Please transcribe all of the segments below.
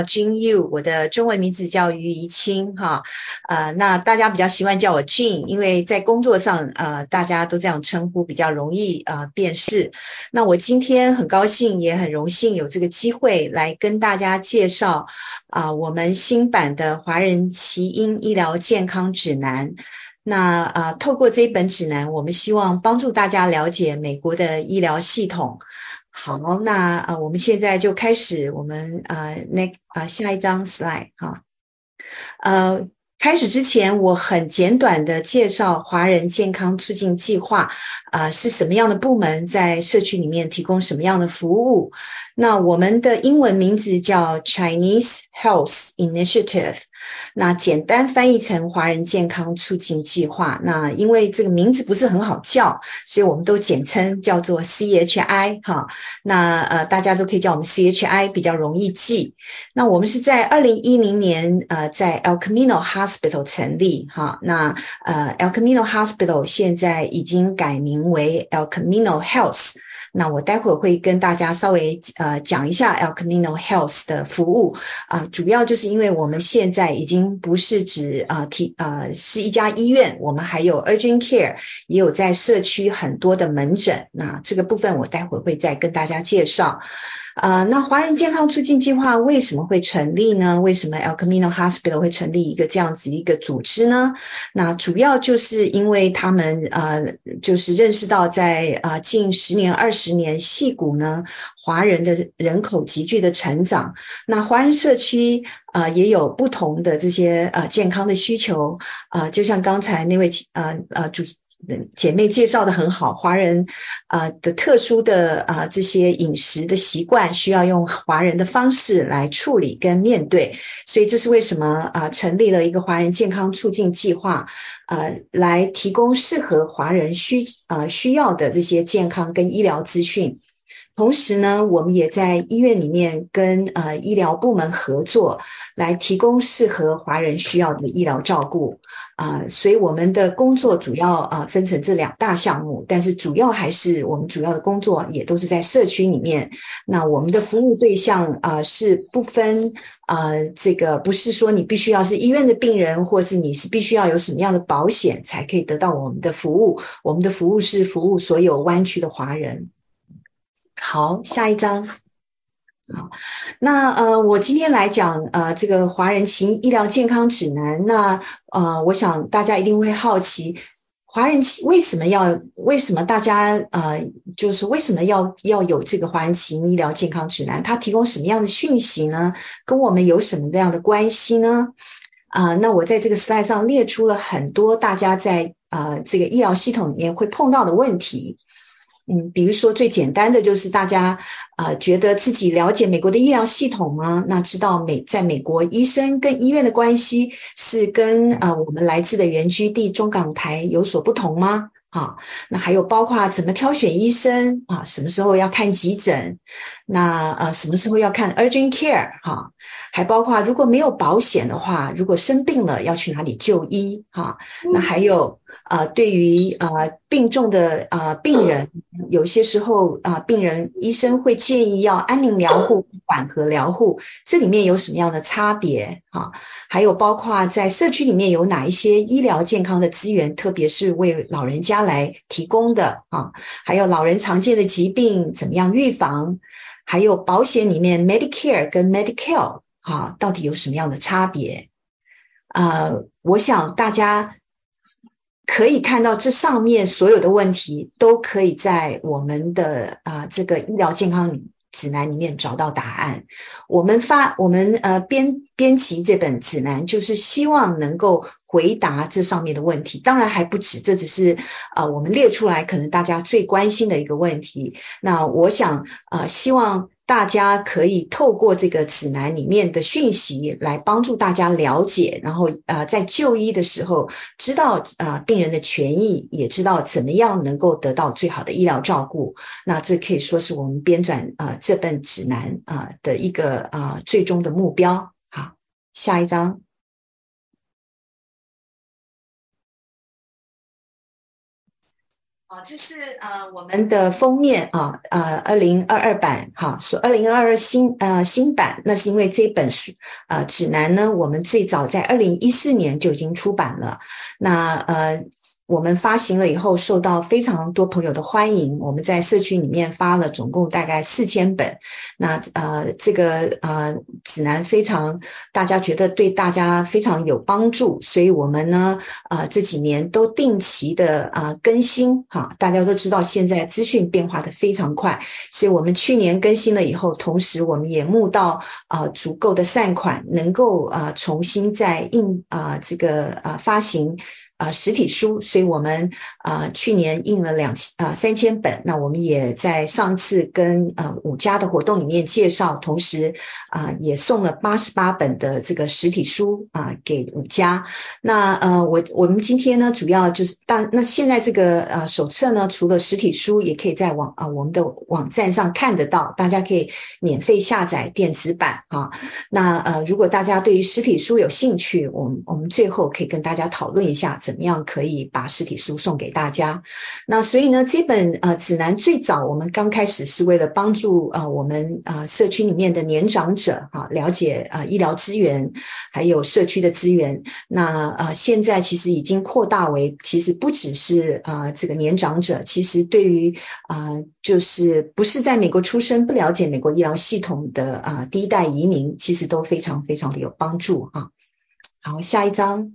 Jean Yu， 我的中文名字叫于怡清哈，那大家比较习惯叫我 Jean， 因为在工作上大家都这样称呼比较容易辨识。那我今天很高兴也很荣幸有这个机会来跟大家介绍我们新版的华人耆英医疗健康指南。那透过这本指南，我们希望帮助大家了解美国的医疗系统。好，那我们现在就开始我们下一张 slide 哈。开始之前我很简短的介绍华人健康促进计划是什么样的部门，在社区里面提供什么样的服务。那我们的英文名字叫 Chinese Health Initiative， 那简单翻译成华人健康促进计划。那因为这个名字不是很好叫，所以我们都简称叫做 CHI 哈。那大家都可以叫我们 CHI， 比较容易记。那我们是在2010年在 El Camino Hospital 成立哈。那El Camino Hospital 现在已经改名为 El Camino Health。那我待会儿会跟大家稍微讲一下 El Camino Health 的服务主要就是因为我们现在已经不是只是一家医院，我们还有 Urgent Care， 也有在社区很多的门诊。那这个部分我待会儿会再跟大家介绍。那华人健康促进计划为什么会成立呢？为什么 El Camino Hospital 会成立一个这样子一个组织呢？那主要就是因为他们就是认识到在近10年20年矽谷呢，华人的人口急剧的成长，那华人社区也有不同的这些健康的需求就像刚才那位姐妹介绍的很好，华人的特殊的这些饮食的习惯需要用华人的方式来处理跟面对，所以这是为什么成立了一个华人健康促进计划来提供适合华人需要的这些健康跟医疗资讯。同时呢，我们也在医院里面跟医疗部门合作，来提供适合华人需要的医疗照顾所以我们的工作主要分成这2大项目，但是主要还是我们主要的工作也都是在社区里面。那我们的服务对象是不分这个不是说你必须要是医院的病人，或是你是必须要有什么样的保险才可以得到我们的服务。我们的服务是服务所有湾区的华人。好，下一张。好，那我今天来讲这个华人耆英医疗健康指南。那我想大家一定会好奇，华人为什么大家就是为什么要有这个华人耆英医疗健康指南？它提供什么样的讯息呢？跟我们有什么样的关系呢？那我在这个 slide 上列出了很多大家在这个医疗系统里面会碰到的问题。比如说最简单的就是大家觉得自己了解美国的医疗系统吗？那知道在美国医生跟医院的关系是跟我们来自的原居地中港台有所不同吗？那还有包括怎么挑选医生什么时候要看急诊，那什么时候要看 urgent care 还包括如果没有保险的话，如果生病了要去哪里就医那还有对于病重的病人，有些时候医生会建议要安宁疗护、缓和疗护，这里面有什么样的差别还有包括在社区里面有哪一些医疗健康的资源，特别是为老人家来提供的还有老人常见的疾病怎么样预防，还有保险里面 Medicare 跟 Medi-Cal到底有什么样的差别我想大家可以看到这上面所有的问题都可以在我们的这个医疗健康指南里面找到答案。我们编辑这本指南就是希望能够回答这上面的问题，当然还不止，这只是我们列出来可能大家最关心的一个问题。那我想希望大家可以透过这个指南里面的讯息来帮助大家了解，然后在就医的时候知道病人的权益，也知道怎么样能够得到最好的医疗照顾。那这可以说是我们编纂这本指南的一个最终的目标。好，下一张。 这是我们的封面2022版所2022新版，那是因为这本书指南呢，我们最早在2014年就已经出版了。那我们发行了以后，受到非常多朋友的欢迎。我们在社区里面发了总共大概4000本。那这个指南大家觉得对大家非常有帮助，所以我们呢这几年都定期的更新大家都知道现在资讯变化的非常快，所以我们去年更新了以后，同时我们也募到足够的善款，能够重新再这个发行实体书，所以我们去年印了3000本。那我们也在上次跟5家的活动里面介绍，同时也送了88本的这个实体书给5家。那我们今天呢主要就是那现在这个手册呢，除了实体书也可以在我们的网站上看得到，大家可以免费下载电子版那如果大家对于实体书有兴趣，我们最后可以跟大家讨论一下怎么样可以把实体书送给大家。那所以呢，这本指南最早我们刚开始是为了帮助我们社区里面的年长者了解医疗资源还有社区的资源。那现在其实已经扩大为，其实不只是这个年长者，其实对于就是不是在美国出生不了解美国医疗系统的第一代移民，其实都非常非常的有帮助好，下一张。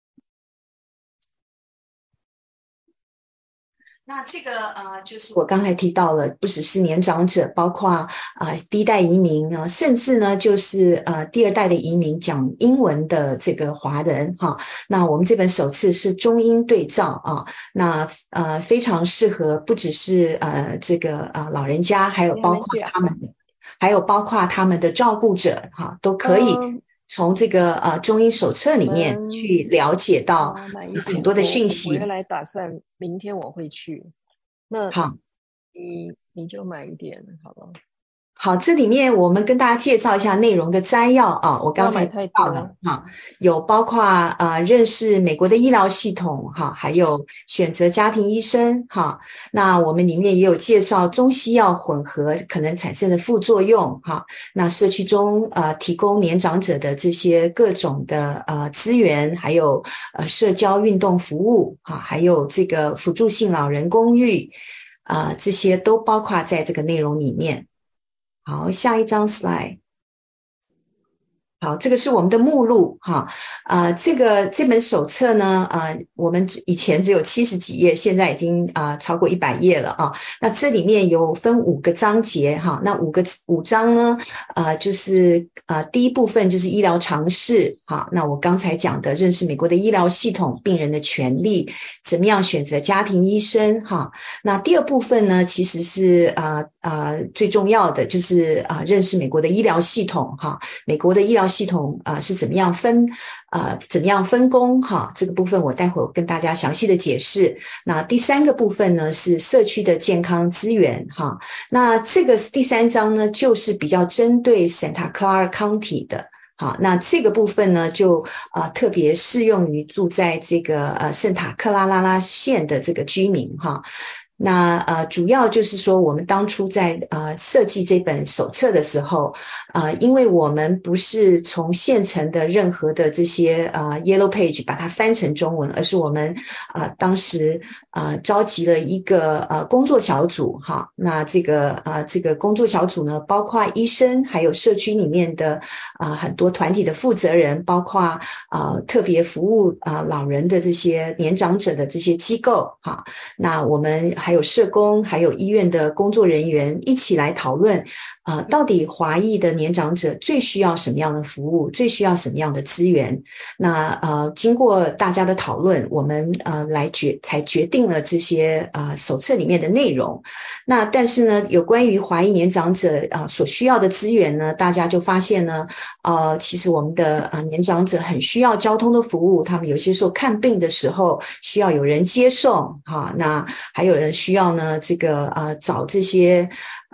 那这个就是我刚才提到了，不只是年长者，包括第一代移民甚至呢就是第二代的移民讲英文的这个华人那我们这本手册是中英对照那非常适合不只是这个老人家，还有包括他们的照顾者都可以从这个中英手册里面去了解到很多的讯息。 我原来打算明天我会去，那好， 你就买一点好了。 好，这里面我们跟大家介绍一下内容的摘要我刚才提到了有包括认识美国的医疗系统还有选择家庭医生那我们里面也有介绍中西药混合可能产生的副作用那社区中提供年长者的这些各种的资源，还有社交运动服务还有这个辅助性老人公寓这些都包括在这个内容里面。好，下一张 slide。好，这个是我们的目录这本手册呢我们以前只有70几页，现在已经超过100页了那这里面有分5个章节那5章呢就是第一部分就是医疗常识那我刚才讲的认识美国的医疗系统，病人的权利，怎么样选择家庭医生那第二部分呢其实是最重要的，就是认识美国的医疗系统美国的医疗系统是怎么样分工这个部分我待会儿跟大家详细的解释。那第3个部分呢是社区的健康资源那这个第3章呢就是比较针对 Santa Clara County 的那这个部分呢就特别适用于住在这个圣塔克拉拉拉县的这个居民那主要就是说我们当初在设计这本手册的时候因为我们不是从现成的任何的这些Yellow Page 把它翻成中文，而是我们当时召集了一个工作小组那这个工作小组呢包括医生，还有社区里面的很多团体的负责人，包括特别服务老人的这些年长者的这些机构那我们还有社工，还有医院的工作人员一起来讨论到底华裔的年长者最需要什么样的服务，最需要什么样的资源。那经过大家的讨论，我们才决定了这些手册里面的内容。那但是呢有关于华裔年长者所需要的资源呢，大家就发现呢其实我们的年长者很需要交通的服务，他们有些时候看病的时候需要有人接送那还有人需要呢这个找这些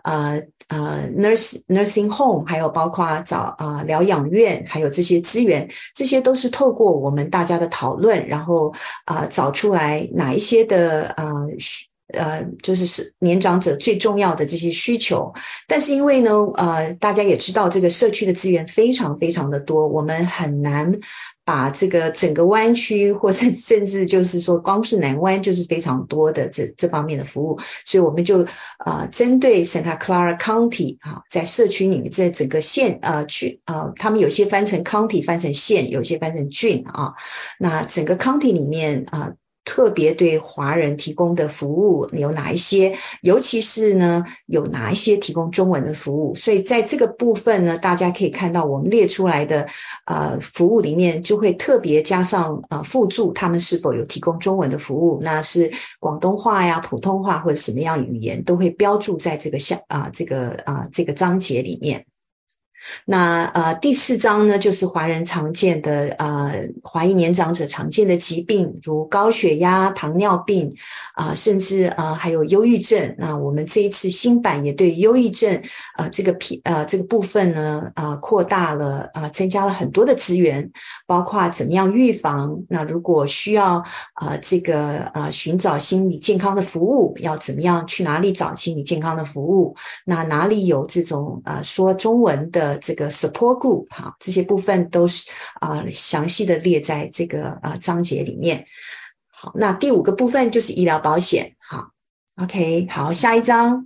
nursing home， 还有包括找疗养院，还有这些资源，这些都是透过我们大家的讨论，然后找出来哪一些的就是年长者最重要的这些需求。但是因为呢大家也知道这个社区的资源非常非常的多，我们很难把这个整个湾区或者甚至就是说光是南湾就是非常多的这方面的服务，所以我们就针对 Santa Clara County 在社区里面在整个县区他们有些翻成 county 翻成县，有些翻成郡那整个 county 里面特别对华人提供的服务有哪一些，尤其是呢有哪一些提供中文的服务，所以在这个部分呢大家可以看到我们列出来的服务里面就会特别加上附注他们是否有提供中文的服务，那是广东话呀普通话或者什么样语言都会标注在这个这个章节里面。那第4章呢就是华人常见的华裔年长者常见的疾病，如高血压、糖尿病甚至还有忧郁症。那我们这一次新版也对忧郁症这个部分呢扩大了增加了很多的资源，包括怎么样预防，那如果需要这个寻找心理健康的服务，要怎么样去哪里找心理健康的服务，那哪里有这种说中文的这个 support group 这些部分都是详细的列在这个章节里面。好，那第5个部分就是医疗保险。好 ，OK， 好，下一章。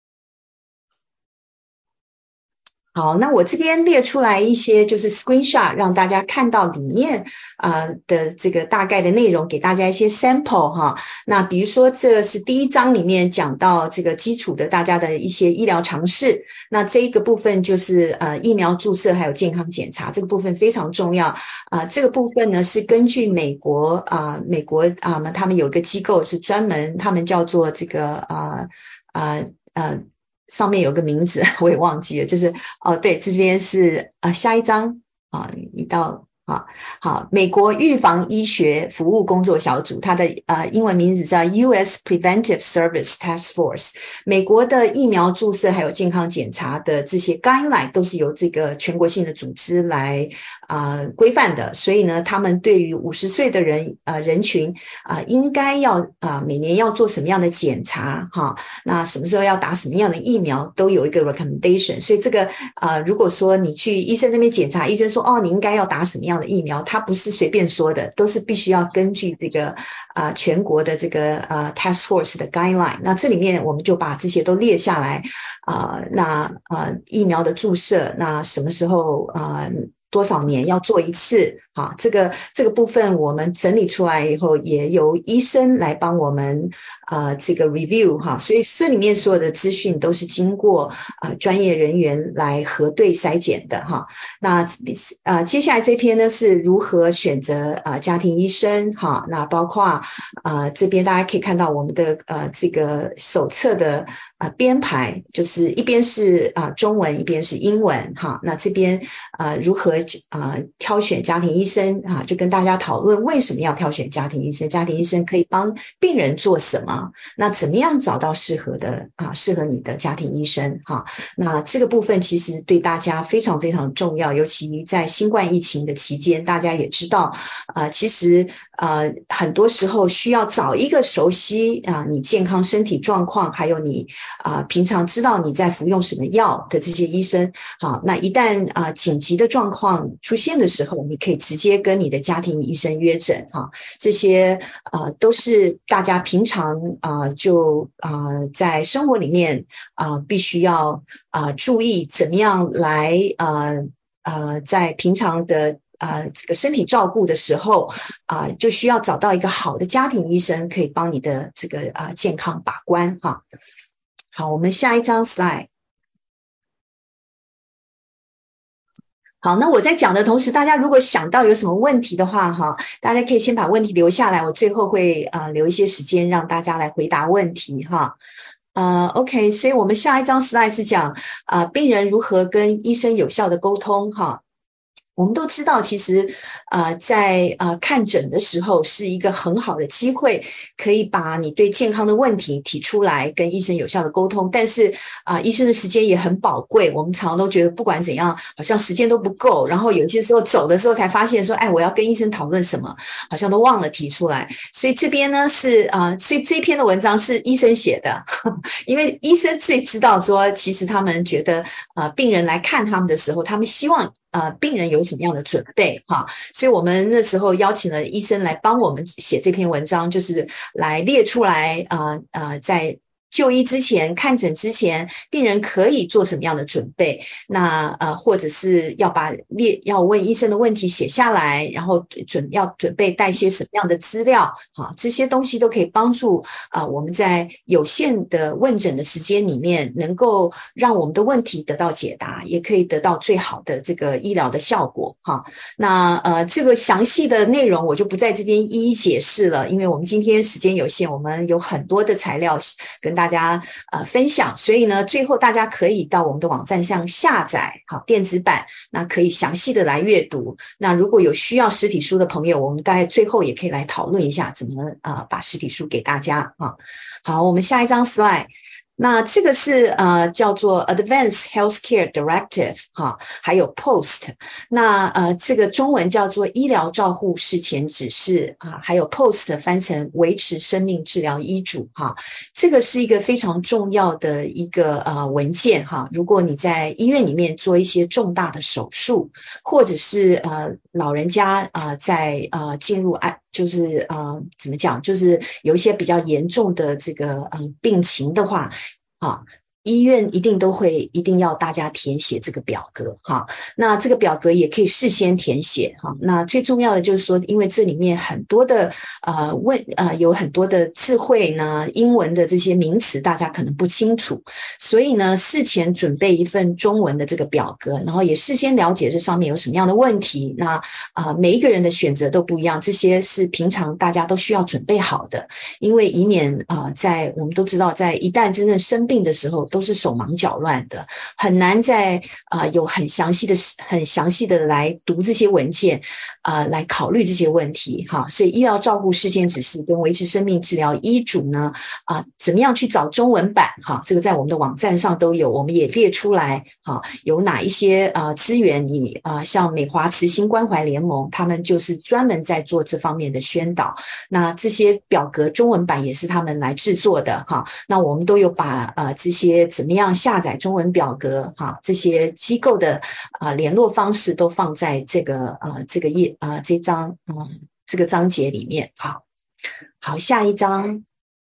好，那我这边列出来一些就是 screenshot 让大家看到里面的这个大概的内容，给大家一些 sample 那比如说这是第1章里面讲到这个基础的大家的一些医疗常识，那这一个部分就是疫苗注射还有健康检查，这个部分非常重要这个部分呢是根据美国他们有一个机构是专门，他们叫做这个上面有个名字我也忘记了，就是对，这边是下一章一到好，美国预防医学服务工作小组，它的英文名字叫 US Preventive Service Task Force。美国的疫苗注射还有健康检查的这些 guideline 都是由这个全国性的组织来规范的，所以呢，他们对于50岁的人群应该要每年要做什么样的检查那什么时候要打什么样的疫苗都有一个 recommendation。所以这个如果说你去医生那边检查，医生说你应该要打什么样的疫苗，它不是随便说的，都是必须要根据这个全国的这个task force 的 guideline。那这里面我们就把这些都列下来那疫苗的注射，那什么时候多少年要做一次这个部分我们整理出来以后，也由医生来帮我们这个 review 所以这里面所有的资讯都是经过专业人员来核对筛检的那接下来这篇呢是如何选择家庭医生那包括这边大家可以看到我们的这个手册的编排，就是一边是中文，一边是英文那这边如何挑选家庭医生就跟大家讨论为什么要挑选家庭医生，家庭医生可以帮病人做什么，那怎么样找到适合你的家庭医生那这个部分其实对大家非常非常重要，尤其在新冠疫情的期间，大家也知道其实很多时候需要找一个熟悉你健康身体状况，还有你平常知道你在服用什么药的这些医生那一旦紧急的状况出现的时候，你可以直接跟你的家庭医生约诊这些都是大家平常就在生活里面必须要注意怎么样来在平常的这个身体照顾的时候就需要找到一个好的家庭医生，可以帮你的这个健康把关好，我们下一张 slide。好，那我在讲的同时，大家如果想到有什么问题的话大家可以先把问题留下来，我最后会留一些时间让大家来回答问题OK， 所以我们下一张 slide 是讲病人如何跟医生有效的沟通我们都知道，其实在看诊的时候是一个很好的机会，可以把你对健康的问题提出来，跟医生有效的沟通。但是医生的时间也很宝贵，我们常常都觉得不管怎样，好像时间都不够。然后有些时候走的时候才发现说，哎，我要跟医生讨论什么，好像都忘了提出来。所以这边呢是所以这篇的文章是医生写的，因为医生最知道说，其实他们觉得病人来看他们的时候，他们希望病人有什么样的准备哈，所以我们那时候邀请了医生来帮我们写这篇文章，就是来列出来在就医之前、看诊之前，病人可以做什么样的准备？那或者是要问医生的问题写下来，然后要准备带些什么样的资料？好，这些东西都可以帮助我们在有限的问诊的时间里面，能够让我们的问题得到解答，也可以得到最好的这个医疗的效果哈。那这个详细的内容我就不在这边一一解释了，因为我们今天时间有限，我们有很多的材料跟大家分享，所以呢，最后大家可以到我们的网站上下载好电子版，那可以详细的来阅读。那如果有需要实体书的朋友，我们大概最后也可以来讨论一下怎么把实体书给大家啊。好，我们下一张 slide。那这个是叫做 Advanced Healthcare Directive 哈，还有 Post。那这个中文叫做医疗照护事前指示还有 Post 翻成维持生命治疗医嘱哈。这个是一个非常重要的一个文件哈。如果你在医院里面做一些重大的手术，或者是老人家在进入就是怎么讲，就是有一些比较严重的这个病情的话医院一定要大家填写这个表格哈。那这个表格也可以事先填写哈。那最重要的就是说，因为这里面很多的有很多的字汇呢，英文的这些名词大家可能不清楚，所以呢，事前准备一份中文的这个表格，然后也事先了解这上面有什么样的问题。那每一个人的选择都不一样，这些是平常大家都需要准备好的，因为以免我们都知道，在一旦真正生病的时候，都是手忙脚乱的，很难在有很详细的来读这些文件来考虑这些问题哈。所以医疗照护事先指示跟维持生命治疗医嘱呢怎么样去找中文版哈，这个在我们的网站上都有，我们也列出来哈，有哪一些资源你像美华慈心关怀联盟，他们就是专门在做这方面的宣导，那这些表格中文版也是他们来制作的哈。那我们都有把这些怎么样下载中文表格哈，这些机构的联络方式都放在这个这个章节里面。好，下一章。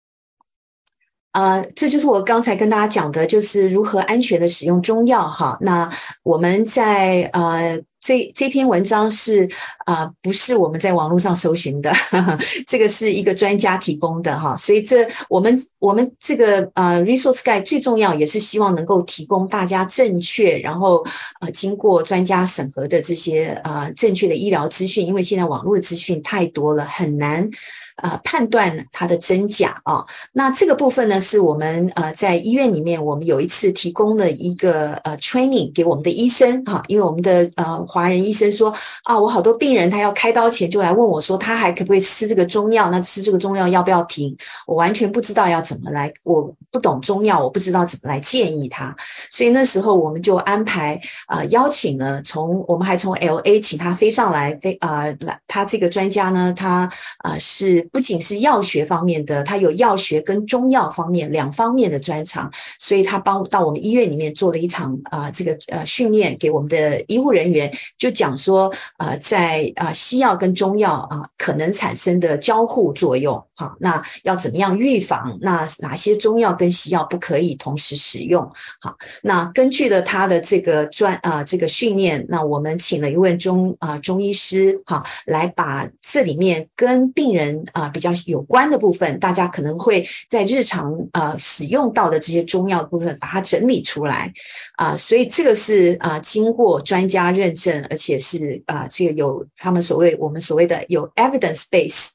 这就是我刚才跟大家讲的，就是如何安全的使用中药哈。那我们在这篇文章是不是我们在网络上搜寻的，这个是一个专家提供的哈。所以我们这个Resource Guide 最重要也是希望能够提供大家正确，然后经过专家审核的这些正确的医疗资讯，因为现在网络的资讯太多了，很难判断它的真假那这个部分呢，是我们在医院里面，我们有一次提供了一个training 给我们的医生因为我们的华人医生说我好多病人他要开刀前就来问我说，他还可不可以吃这个中药？那吃这个中药要不要停？我完全不知道要怎么来，我不懂中药，我不知道怎么来建议他，所以那时候我们就安排邀请了我们还从 LA 请他飞上来他这个专家呢，他不仅是药学方面的，他有药学跟中药方面两方面的专长，所以他到我们医院里面做了一场这个训练给我们的医护人员，就讲说在西药跟中药可能产生的交互作用那要怎么样预防，那哪些中药跟西药不可以同时使用那根据了他的这个这个训练，那我们请了一位中医师来把这里面跟病人比较有关的部分，大家可能会在日常使用到的这些中药的部分把它整理出来所以这个是经过专家认证，而且是这个有我们所谓的有 evidence base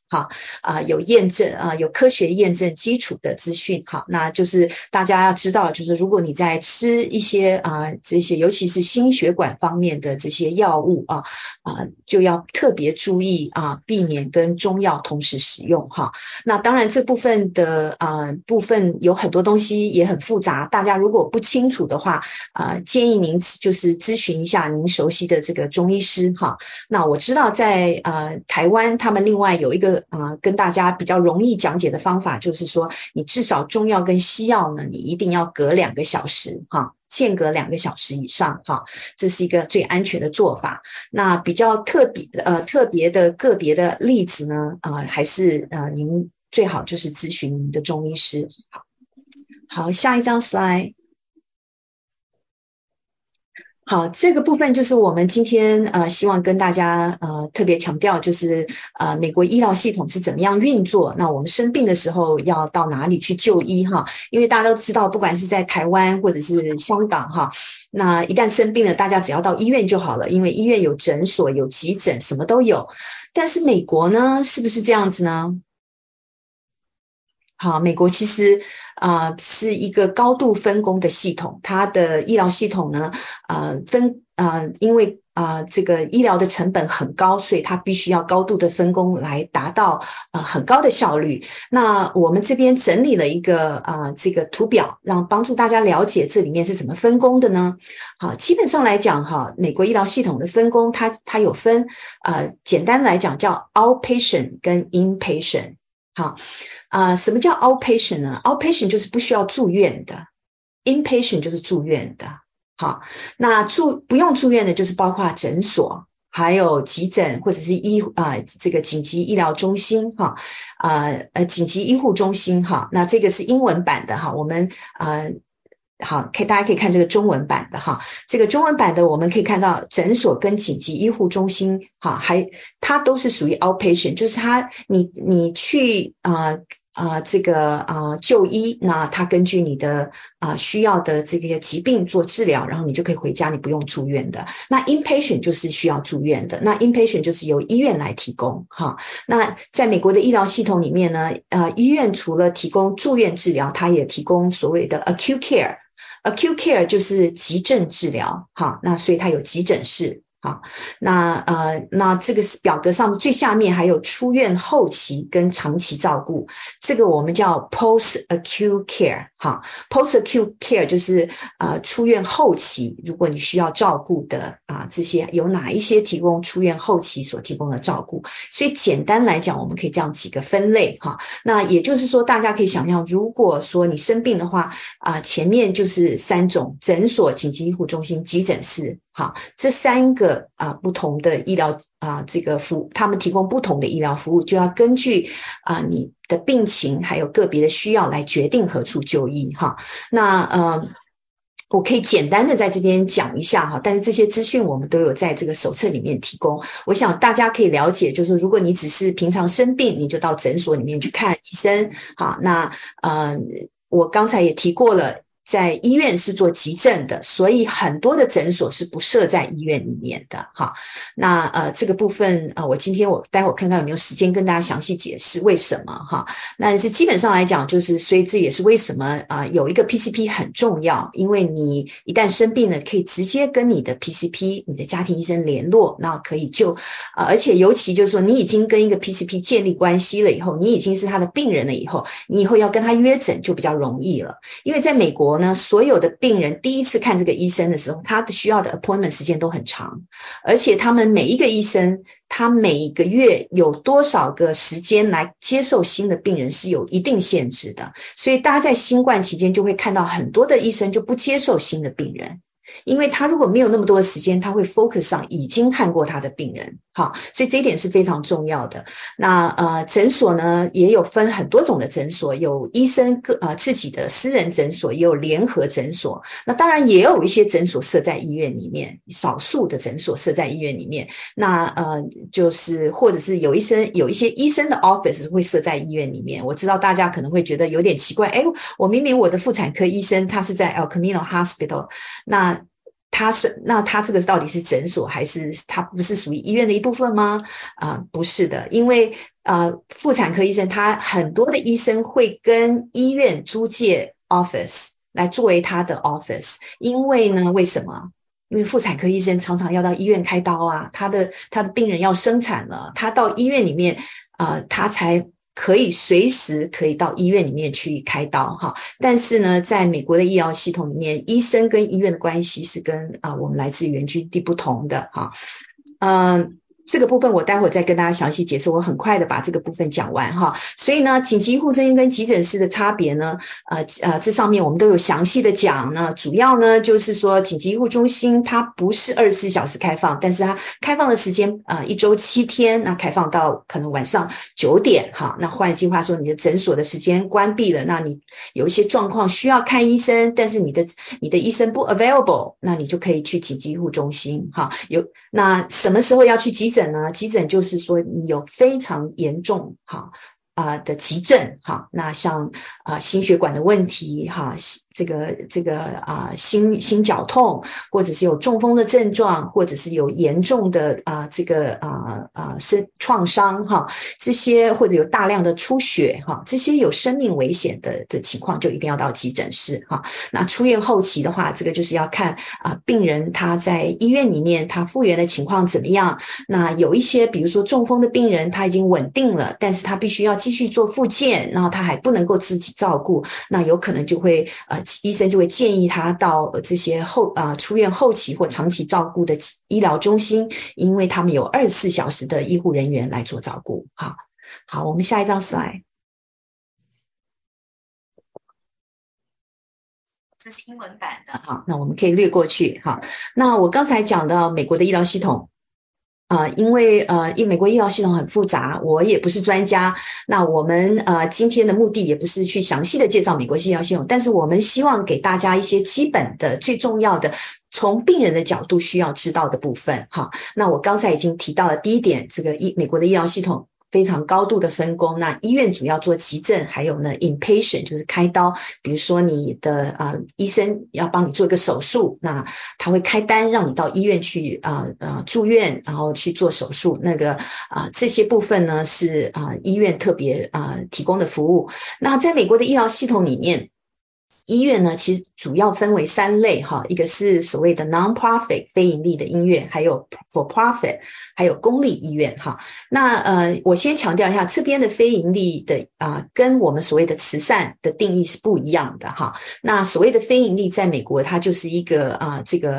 好，有验证有科学验证基础的资讯。好，那就是大家要知道，就是如果你在吃一些这些尤其是心血管方面的这些药物就要特别注意避免跟中药同时使用哈。那当然这部分的部分有很多东西也很复杂，大家如果不清楚的话建议您就是咨询一下您熟悉的这个中医师哈。那我知道在台湾他们另外有一个跟大家比较容易讲解的方法，就是说你至少中药跟西药呢，你一定要隔2个小时哈，间隔2个小时以上哈，这是一个最安全的做法。那比较特别的个别的例子呢还是您最好就是咨询您的中医师。好，下一张 slide。好，这个部分就是我们今天希望跟大家特别强调，就是美国医疗系统是怎么样运作，那我们生病的时候要到哪里去就医哈。因为大家都知道，不管是在台湾或者是香港哈，那一旦生病了，大家只要到医院就好了，因为医院有诊所有急诊什么都有。但是美国呢，是不是这样子呢？好，美国其实是一个高度分工的系统，它的医疗系统呢因为这个医疗的成本很高，所以它必须要高度的分工来达到很高的效率。那我们这边整理了一个这个图表，让帮助大家了解这里面是怎么分工的呢？好，基本上来讲哈，美国医疗系统的分工它有分简单来讲叫 outpatient 跟 inpatient。好。什么叫 outpatient 呢？ outpatient 就是不需要住院的， inpatient 就是住院的。好，那不用住院的就是包括诊所，还有急诊或者是这个紧急医疗中心哈，紧急医护中心哈。那这个是英文版的哈，我们好，大家可以看这个中文版的哈。这个中文版的我们可以看到诊所跟紧急医护中心哈，它都是属于 outpatient， 就是你去这个就医，那它根据你的需要的这个疾病做治疗，然后你就可以回家，你不用住院的。那 inpatient 就是需要住院的，那 inpatient 就是由医院来提供哈。那在美国的医疗系统里面呢，医院除了提供住院治疗，它也提供所谓的 acute care。acute care 就是急症治疗，好，那所以它有急诊室。好，那这个表格上最下面还有出院后期跟长期照顾，这个我们叫 post acute care。好， post acute care 就是出院后期，如果你需要照顾的这些有哪一些提供出院后期所提供的照顾。所以简单来讲，我们可以这样几个分类哈。那也就是说，大家可以想象，如果说你生病的话前面就是3种：诊所、紧急医护中心、急诊室。好，这3个不同的医疗这个服务，他们提供不同的医疗服务，就要根据你的病情还有个别的需要来决定何处就医哈。那我可以简单的在这边讲一下哈，但是这些资讯我们都有在这个手册里面提供。我想大家可以了解，就是如果你只是平常生病，你就到诊所里面去看医生。好，那我刚才也提过了，在医院是做急诊的，所以很多的诊所是不设在医院里面的哈。那这个部分我待会看看有没有时间跟大家详细解释为什么哈。但是基本上来讲，就是所以这也是为什么有一个 PCP 很重要，因为你一旦生病了，可以直接跟你的 PCP 你的家庭医生联络，那可以而且尤其就是说你已经跟一个 PCP 建立关系了以后，你已经是他的病人了以后，你以后要跟他约诊就比较容易了。因为在美国呢，所有的病人第一次看这个医生的时候，他的需要的 appointment 时间都很长，而且他们每一个医生，他每个月有多少个时间来接受新的病人是有一定限制的，所以大家在新冠期间就会看到很多的医生就不接受新的病人，因为他如果没有那么多的时间，他会 focus 上已经看过他的病人。好，所以这一点是非常重要的。那诊所呢也有分很多种的诊所，有医生自己的私人诊所，也有联合诊所。那当然也有一些诊所设在医院里面，少数的诊所设在医院里面。那就是或者是有一些医生的 office 会设在医院里面。我知道大家可能会觉得有点奇怪，我明明我的妇产科医生他是在 El Camino Hospital，那那他这个到底是诊所还是他不是属于医院的一部分吗？不是的，因为妇产科医生他很多的医生会跟医院租借 office 来作为他的 office， 因为呢，为什么？因为妇产科医生常常要到医院开刀啊，他的病人要生产了，他到医院里面他才可以随时可以到医院里面去开刀哈。但是呢，在美国的医疗系统里面，医生跟医院的关系是跟我们来自原居地不同的哈。这个部分我待会再跟大家详细解释，我很快的把这个部分讲完哈。所以呢，紧急医护中心跟急诊室的差别呢，这上面我们都有详细的讲呢。主要呢就是说，紧急医护中心它不是24小时开放，但是它开放的时间一周7天，那开放到可能晚上9点哈。那换句话说，你的诊所的时间关闭了，那你有一些状况需要看医生，但是你的医生不 available， 那你就可以去紧急医护中心哈。那什么时候要去急诊呢？急诊就是说你有非常严重的急症哈，那像心血管的问题哈，这个心绞痛，或者是有中风的症状，或者是有严重的创伤哈，这些或者有大量的出血哈，这些有生命危险的情况就一定要到急诊室哈。那出院后期的话，这个就是要看病人他在医院里面他复原的情况怎么样。那有一些比如说中风的病人他已经稳定了，但是他必须要继续做复健，然后他还不能够自己照顾，那有可能就会医生就会建议他到这些出院后期或长期照顾的医疗中心，因为他们有24小时的医护人员来做照顾。好，我们下一张 slide。这是英文版的哈，那我们可以略过去哈。那我刚才讲到美国的医疗系统。因为美国医疗系统很复杂，我也不是专家。那我们今天的目的也不是去详细的介绍美国医疗系统，但是我们希望给大家一些基本的、最重要的，从病人的角度需要知道的部分哈。那我刚才已经提到了第一点，这个美国的医疗系统非常高度的分工，那医院主要做急症，还有呢 inpatient 就是开刀，比如说你的医生要帮你做一个手术，那他会开单让你到医院去住院，然后去做手术，那个这些部分呢是医院特别提供的服务。那在美国的医疗系统里面，医院呢其实主要分为3类哈，一个是所谓的 non-profit 非盈利的医院，还有 for profit， 还有公立医院哈。那我先强调一下，这边的非盈利的跟我们所谓的慈善的定义是不一样的哈。那所谓的非盈利在美国它就是一个这个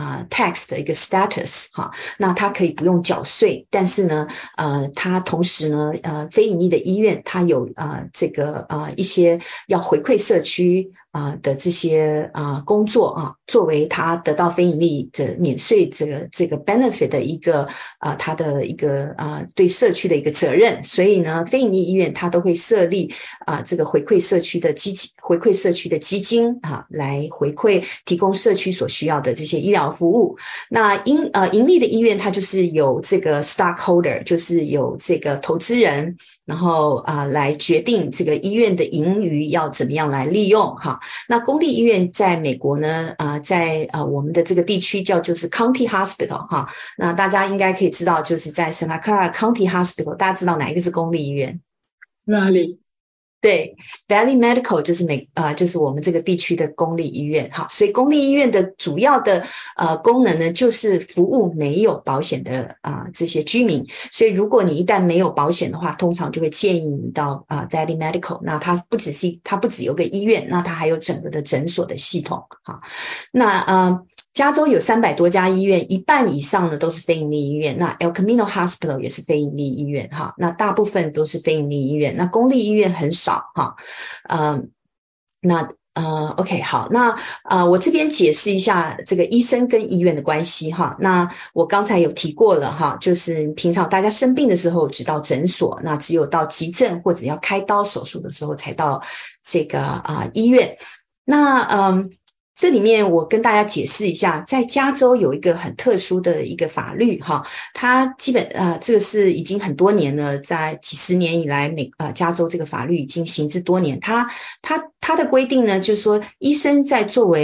tax 的一个 status 哈，那它可以不用缴税，但是呢它同时呢非盈利的医院它有这个一些要回馈社区的这些工作作为他得到非盈利的免税这个 benefit 的一个他的一个对社区的一个责任，所以呢非盈利医院它都会设立这个回馈社区的基金来回馈提供社区所需要的这些医疗服务。那盈利的医院它就是有这个 stockholder， 就是有这个投资人，然后来决定这个医院的盈余要怎么样来利用哈。那公立医院在美国呢在我们的这个地区就是 county hospital 哈。那大家应该可以知道，就是在 Santa Clara County Hospital， 大家知道哪一个是公立医院？ 哪里？ 对 ，Valley Medical 就是就是我们这个地区的公立医院哈。所以公立医院的主要的功能呢，就是服务没有保险的这些居民。所以如果你一旦没有保险的话，通常就会建议你到Valley Medical。那它不只有个医院，那它还有整个的诊所的系统哈。那加州有300多家医院，一半以上呢都是非盈利医院。那 El Camino Hospital 也是非盈利医院哈，那大部分都是非盈利医院，那公立医院很少哈。OK 好，那我这边解释一下这个医生跟医院的关系哈。那我刚才有提过了哈，就是平常大家生病的时候只到诊所，那只有到急症或者要开刀手术的时候才到这个医院。那这里面我跟大家解释一下，在加州有一个很特殊的一个法律哈，它基本这个是已经很多年了，在几十年以来加州这个法律已经行之多年。它的规定呢，就是说医生在作为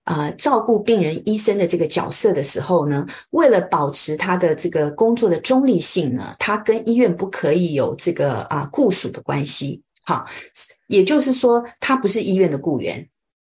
照顾病人医生的这个角色的时候呢，为了保持他的这个工作的中立性呢，他跟医院不可以有这个雇属的关系。好，也就是说他不是医院的雇员。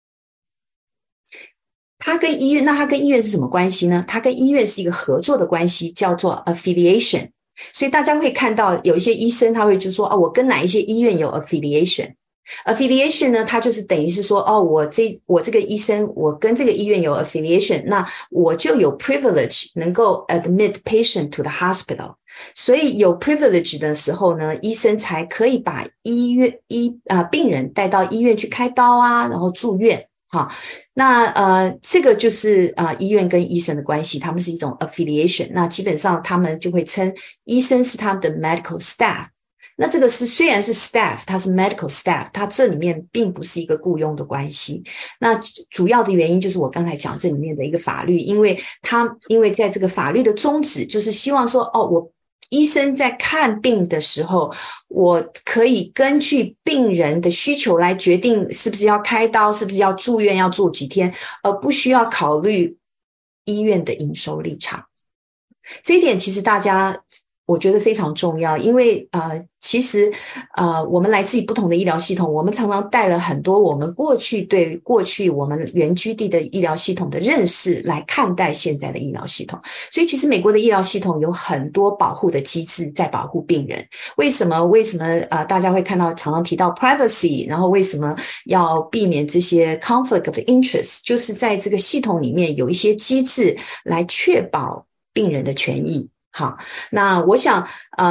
他跟医院是什么关系呢？他跟医院是一个合作的关系，叫做 affiliation。所以大家会看到有一些医生他会就说我跟哪一些医院有 affiliation。affiliation 呢，它就是等于是说我这个医生我跟这个医院有 affiliation， 那我就有 privilege 能够 admit patient to the hospital。所以有 privilege 的时候呢，医生才可以把病人带到医院去开刀然后住院。好，那这个就是医院跟医生的关系，他们是一种 affiliation。那基本上他们就会称医生是他们的 medical staff。那这个虽然是 staff， 它是 medical staff， 它这里面并不是一个雇佣的关系。那主要的原因就是我刚才讲这里面的一个法律，因为在这个法律的宗旨就是希望说我医生在看病的时候，我可以根据病人的需求来决定是不是要开刀，是不是要住院，要住几天，而不需要考虑医院的营收立场。这一点其实大家我觉得非常重要，因为其实我们来自于不同的医疗系统，我们常常带了很多我们对过去我们原居地的医疗系统的认识来看待现在的医疗系统。所以其实美国的医疗系统有很多保护的机制在保护病人。为什么大家会看到常常提到 privacy， 然后为什么要避免这些 conflict of interest， 就是在这个系统里面有一些机制来确保病人的权益。好，那我想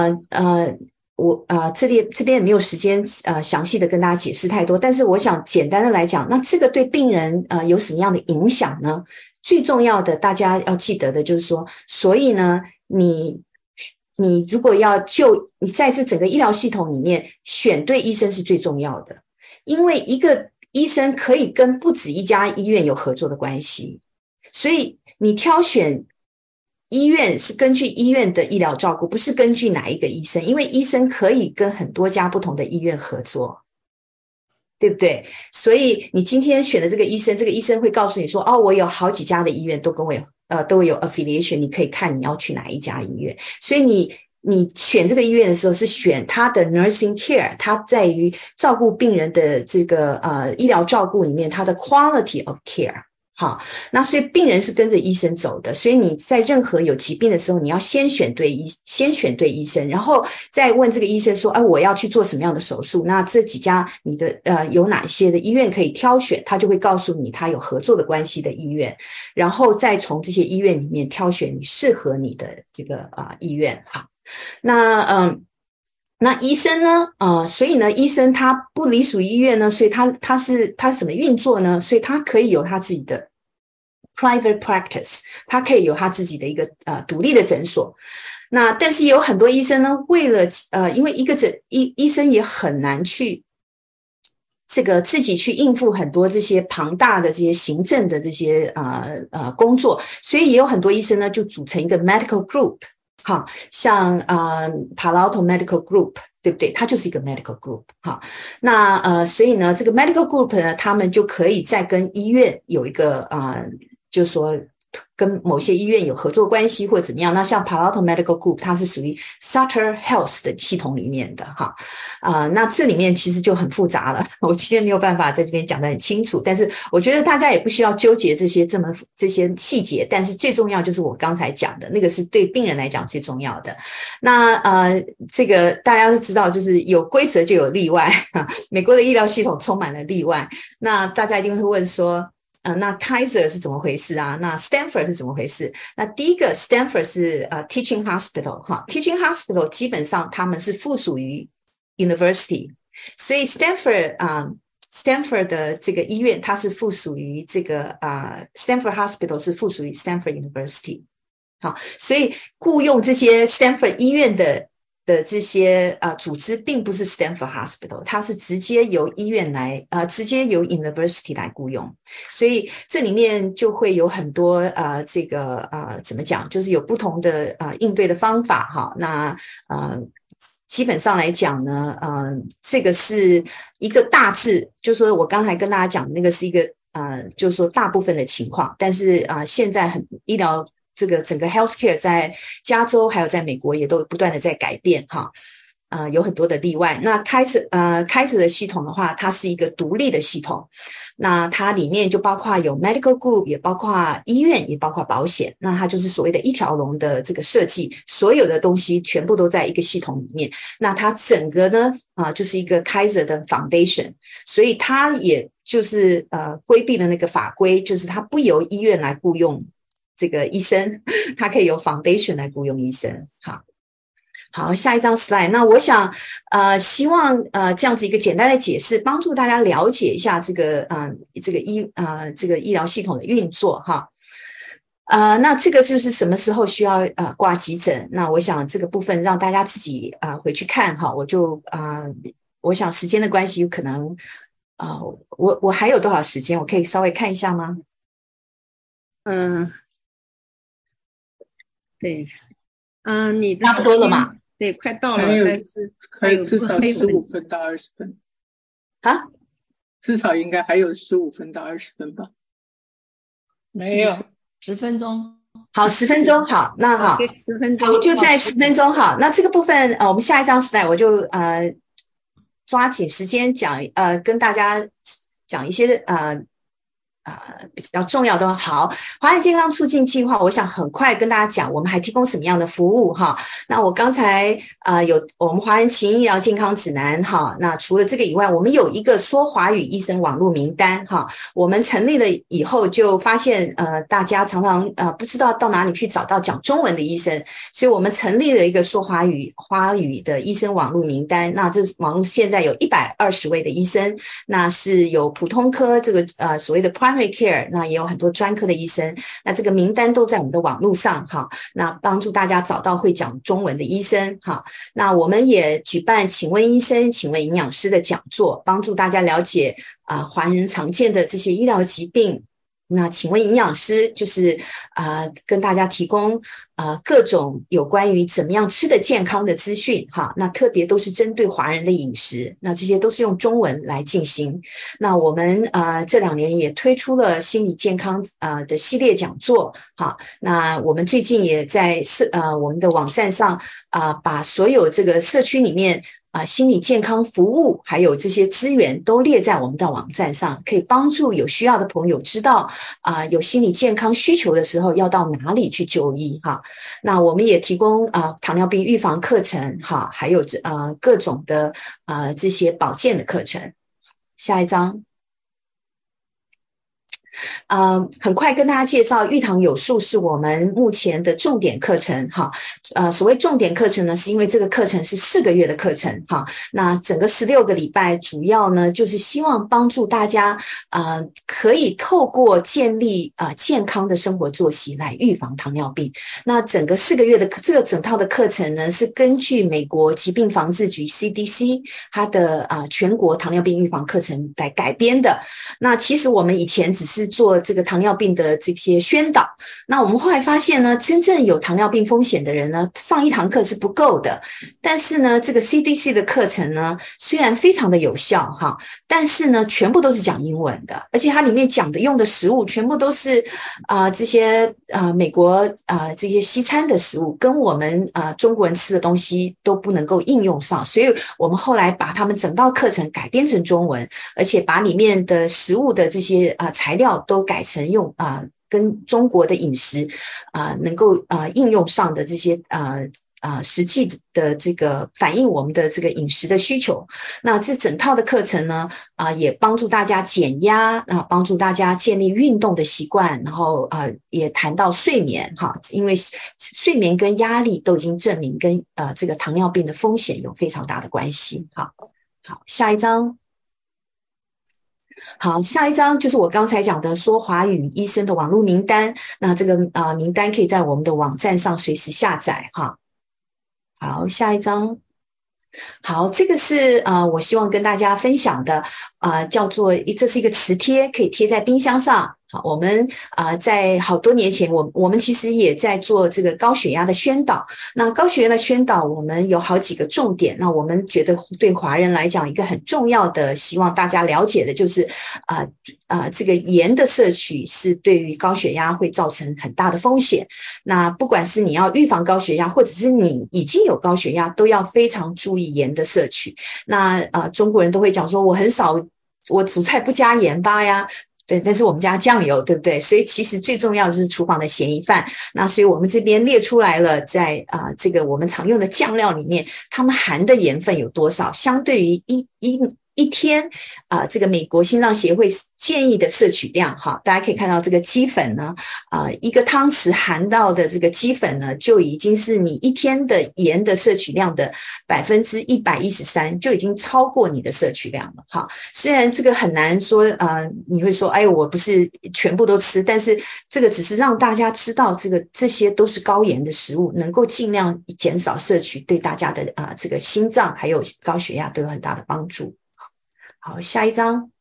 这边也没有时间详细的跟大家解释太多，但是我想简单的来讲，那这个对病人有什么样的影响呢？最重要的大家要记得的就是说，所以呢你如果你在这整个医疗系统里面选对医生是最重要的，因为一个医生可以跟不止一家医院有合作的关系，所以你挑选医院是根据医院的医疗照顾，不是根据哪一个医生，因为医生可以跟很多家不同的医院合作，对不对？所以你今天选的这个医生，这个医生会告诉你说我有好几家的医院都跟我都有 affiliation， 你可以看你要去哪一家医院。所以你选这个医院的时候是选他的 nursing care， 他在于照顾病人的这个医疗照顾里面他的 quality of care。好，那所以病人是跟着医生走的，所以你在任何有疾病的时候，你要先选对医生，然后再问这个医生说我要去做什么样的手术，那这几家你的有哪些的医院可以挑选，他就会告诉你他有合作的关系的医院，然后再从这些医院里面挑选你适合你的这个医院。好，那医生呢所以呢医生他不隶属医院呢，所以他怎么运作呢？所以他可以有他自己的 private practice， 他可以有他自己的一个独立的诊所。那但是有很多医生呢，为了因为医生也很难去这个自己去应付很多这些庞大的这些行政的这些工作，所以也有很多医生呢就组成一个 medical group。好，像Palo Alto Medical Group， 对不对？它就是一个 medical group。好，那所以呢这个 medical group 呢，他们就可以再跟医院有一个就是说跟某些医院有合作关系或者怎么样。那像 Palo Alto Medical Group 它是属于 Sutter Health 的系统里面的那这里面其实就很复杂了，我今天没有办法在这边讲得很清楚，但是我觉得大家也不需要纠结这些细节，但是最重要就是我刚才讲的那个是对病人来讲最重要的。那这个大家都知道，就是有规则就有例外美国的医疗系统充满了例外。那大家一定会问说那 Kaiser 是怎么回事那 Stanford 是怎么回事？那第一个 Stanford 是teaching hospital teaching hospital 基本上他们是附属于 university， 所以 Stanford 的这个医院它是附属于这个Stanford Hospital 是附属于 Stanford University。 好，所以雇用这些 Stanford 医院的这些组织并不是 Stanford Hospital， 它是直接由医院直接由 University 来雇用，所以这里面就会有很多这个怎么讲，就是有不同的应对的方法那基本上来讲呢这个是一个大致，就是说我刚才跟大家讲的那个是一个就是说大部分的情况，但是现在医疗这个整个 healthcare 在加州还有在美国也都不断的在改变哈。有很多的例外。那Kaiser的系统的话，它是一个独立的系统，那它里面就包括有 medical group， 也包括医院，也包括保险，那它就是所谓的一条龙的这个设计，所有的东西全部都在一个系统里面。那它整个呢就是一个 Kaiser 的 foundation， 所以它也就是规避了那个法规，就是它不由医院来雇佣这个医生，它可以由 foundation 来雇佣医生。好，下一张 slide。那我想希望这样子一个简单的解释，帮助大家了解一下这个医疗系统的运作哈。那这个就是什么时候需要挂急诊，那我想这个部分让大家自己回去看哈。我想时间的关系，可能我还有多少时间，我可以稍微看一下吗？ 对，你的差不多了嘛？ 对，快到了，但是还有至少15分到20分。 至少应该还有15分到20分吧？ 没有，10分钟。 好，10分钟，好，那好 ，10分钟， 我就在10分钟，好，那这个部分我们下一张slide我就抓紧时间讲跟大家讲一些比较重要的。好，华人健康促进计划，我想很快跟大家讲我们还提供什么样的服务哈。那我刚才有我们华人奇医疗健康指南哈，那除了这个以外，我们有一个说华语医生网络名单哈。我们成立了以后就发现大家常常不知道到哪里去找到讲中文的医生，所以我们成立了一个说华语的医生网络名单。那这网络现在有120位的医生，那是有普通科这个所谓的 primary care， 那也有很多专科的医生，那这个名单都在我们的网络上哈，那帮助大家找到会讲中文的医生哈。那我们也举办请问医生请问营养师的讲座，帮助大家了解华人常见的这些医疗疾病。那请问营养师就是跟大家提供各种有关于怎么样吃的健康的资讯哈，那特别都是针对华人的饮食，那这些都是用中文来进行。那我们这2年也推出了心理健康的系列讲座哈，那我们最近也在我们的网站上把所有这个社区里面心理健康服务还有这些资源都列在我们的网站上，可以帮助有需要的朋友知道有心理健康需求的时候要到哪里去就医哈。那我们也提供糖尿病预防课程哈，还有各种的这些保健的课程。下一张。很快跟大家介绍玉堂有术是我们目前的重点课程哈。所谓重点课程呢，是因为这个课程是4个月的课程哈。那整个16个礼拜主要呢就是希望帮助大家可以透过建立健康的生活作息来预防糖尿病。那整个4个月的这个整套的课程呢，是根据美国疾病防治局 CDC 它的全国糖尿病预防课程来改编的。那其实我们以前只是做这个糖尿病的这些宣导，那我们后来发现呢，真正有糖尿病风险的人呢，上1堂课是不够的。但是呢，这个 CDC 的课程呢，虽然非常的有效哈，但是呢，全部都是讲英文的，而且它里面讲的用的食物全部都是这些美国这些西餐的食物，跟我们中国人吃的东西都不能够应用上，所以我们后来把他们整套课程改编成中文，而且把里面的食物的这些材料都改成用跟中国的饮食能够应用上的这些实际的这个反映我们的这个饮食的需求。那这整套的课程呢也帮助大家减压，帮助大家建立运动的习惯，然后也谈到睡眠哈，因为睡眠跟压力都已经证明跟这个糖尿病的风险有非常大的关系。好，下一张。好，下一张就是我刚才讲的说华语医生的网络名单，那这个名单可以在我们的网站上随时下载哈。好，下一张。好，这个是我希望跟大家分享的这是一个磁贴，可以贴在冰箱上好，我们在好多年前，我们其实也在做这个高血压的宣导。那高血压的宣导，我们有好几个重点。那我们觉得对华人来讲，一个很重要的，希望大家了解的就是这个盐的摄取是对于高血压会造成很大的风险。那不管是你要预防高血压，或者是你已经有高血压，都要非常注意盐的摄取。那中国人都会讲说，我煮菜不加盐巴呀。对，但是我们加酱油，对不对？所以其实最重要的就是厨房的嫌疑犯。那所以我们这边列出来了，在这个我们常用的酱料里面，它们含的盐分有多少？相对于一天这个美国心脏协会建议的摄取量哈，大家可以看到这个鸡粉呢一个汤匙含到的这个鸡粉呢，就已经是你一天的盐的摄取量的113%，就已经超过你的摄取量了哈。虽然这个很难说你会说哎我不是全部都吃，但是这个只是让大家知道这些都是高盐的食物，能够尽量减少摄取，对大家的这个心脏还有高血压都有很大的帮助。好，下一张。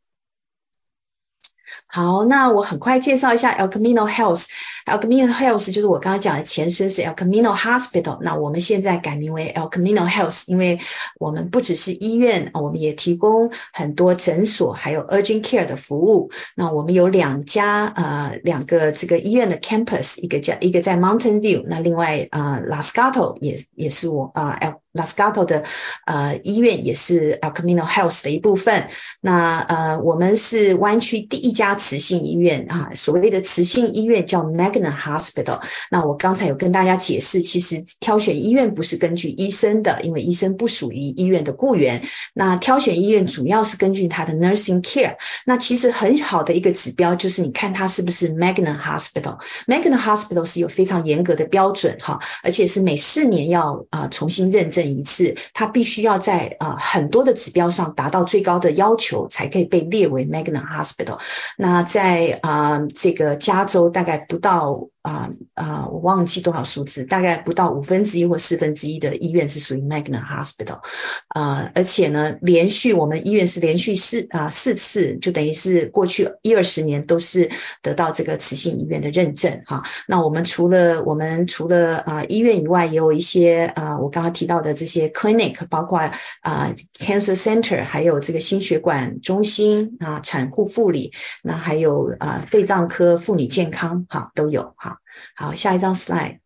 好，那我很快介绍一下 El Camino Health。El Camino Health 就是我刚刚讲的前身是 El Camino Hospital， 那我们现在改名为 El Camino Health， 因为我们不只是医院，我们也提供很多诊所还有 urgent care 的服务。那我们有两个这个医院的 campus， 一个在 Mountain View， 那另外Los Gatos 也是我Los Gatos 的医院也是 El Camino Health 的一部分。那我们是湾区第一家磁性医院所谓的磁性医院叫 Magna Hospital。那我刚才有跟大家解释，其实挑选医院不是根据医生的，因为医生不属于医院的雇员。那挑选医院主要是根据他的 nursing care。那其实很好的一个指标就是你看它是不是 Magna Hospital。Magna Hospital 是有非常严格的标准而且是每4年要重新认证一次，它必须要在很多的指标上达到最高的要求才可以被列为 Magna Hospital。那在这个加州大概不到我忘记多少数字，大概不到1/5或1/4的医院是属于 Magna Hospital。而且呢，我们医院是连续4次，就等于是过去10-20年都是得到这个磁性医院的认证那我们除了医院以外，也有一些我刚刚提到的这些 clinic， 包括cancer center， 还有这个心血管中心产后护理，那还有肺脏科、妇女健康都有好，下一张 slide。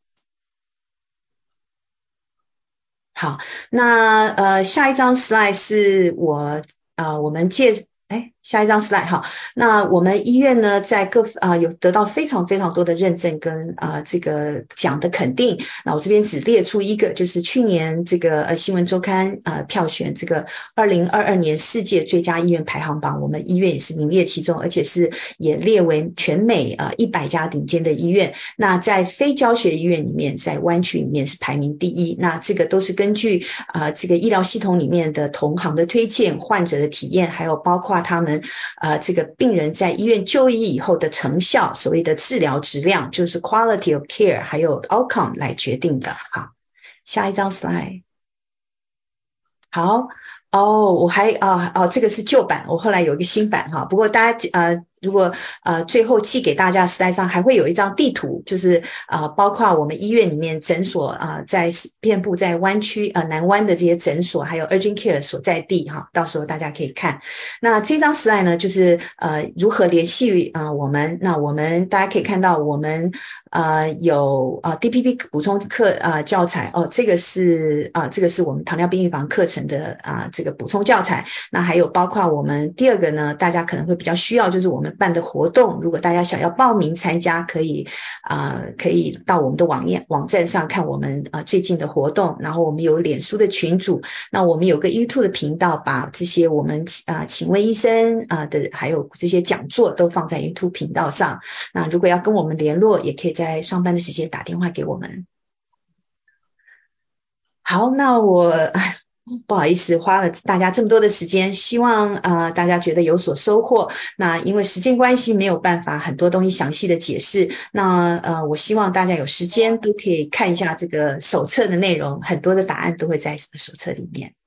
好，那下一张 slide 是我们下一张 slide 那我们医院呢在有得到非常非常多的认证跟这个奖的肯定。那我这边只列出一个，就是去年这个新闻周刊票选这个2022年世界最佳医院排行榜，我们医院也是名列其中，而且也列为全美100家顶尖的医院。那在非教学医院里面，在湾区里面是排名第1。那这个都是根据这个医疗系统里面的同行的推荐、患者的体验，还有包括他们这个病人在医院就医以后的成效，所谓的治疗质量，就是 quality of care 还有 outcome 来决定的。好，下一张 slide。好我还这个是旧版，我后来有一个新版不过大家如果最后寄给大家slide上还会有一张地图，就是包括我们医院里面诊所在遍布在湾区南湾的这些诊所，还有 urgent care 所在地到时候大家可以看。那这张slide呢，就是如何联系我们。那我们大家可以看到我们有DPP 补充课教材这个是我们糖尿病预防课程的这个补充教材。那还有包括我们第二个呢，大家可能会比较需要，就是我们办的活动，如果大家想要报名参加，可以到我们的网站上看我们最近的活动。然后我们有脸书的群组，那我们有个 YouTube 的频道，把这些我们请问医生的还有这些讲座都放在 YouTube 频道上。那如果要跟我们联络，也可以在上班的时间打电话给我们。好，那我不好意思花了大家这么多的时间，希望大家觉得有所收获。那因为时间关系没有办法很多东西详细的解释，那我希望大家有时间都可以看一下这个手册的内容，很多的答案都会在手册里面。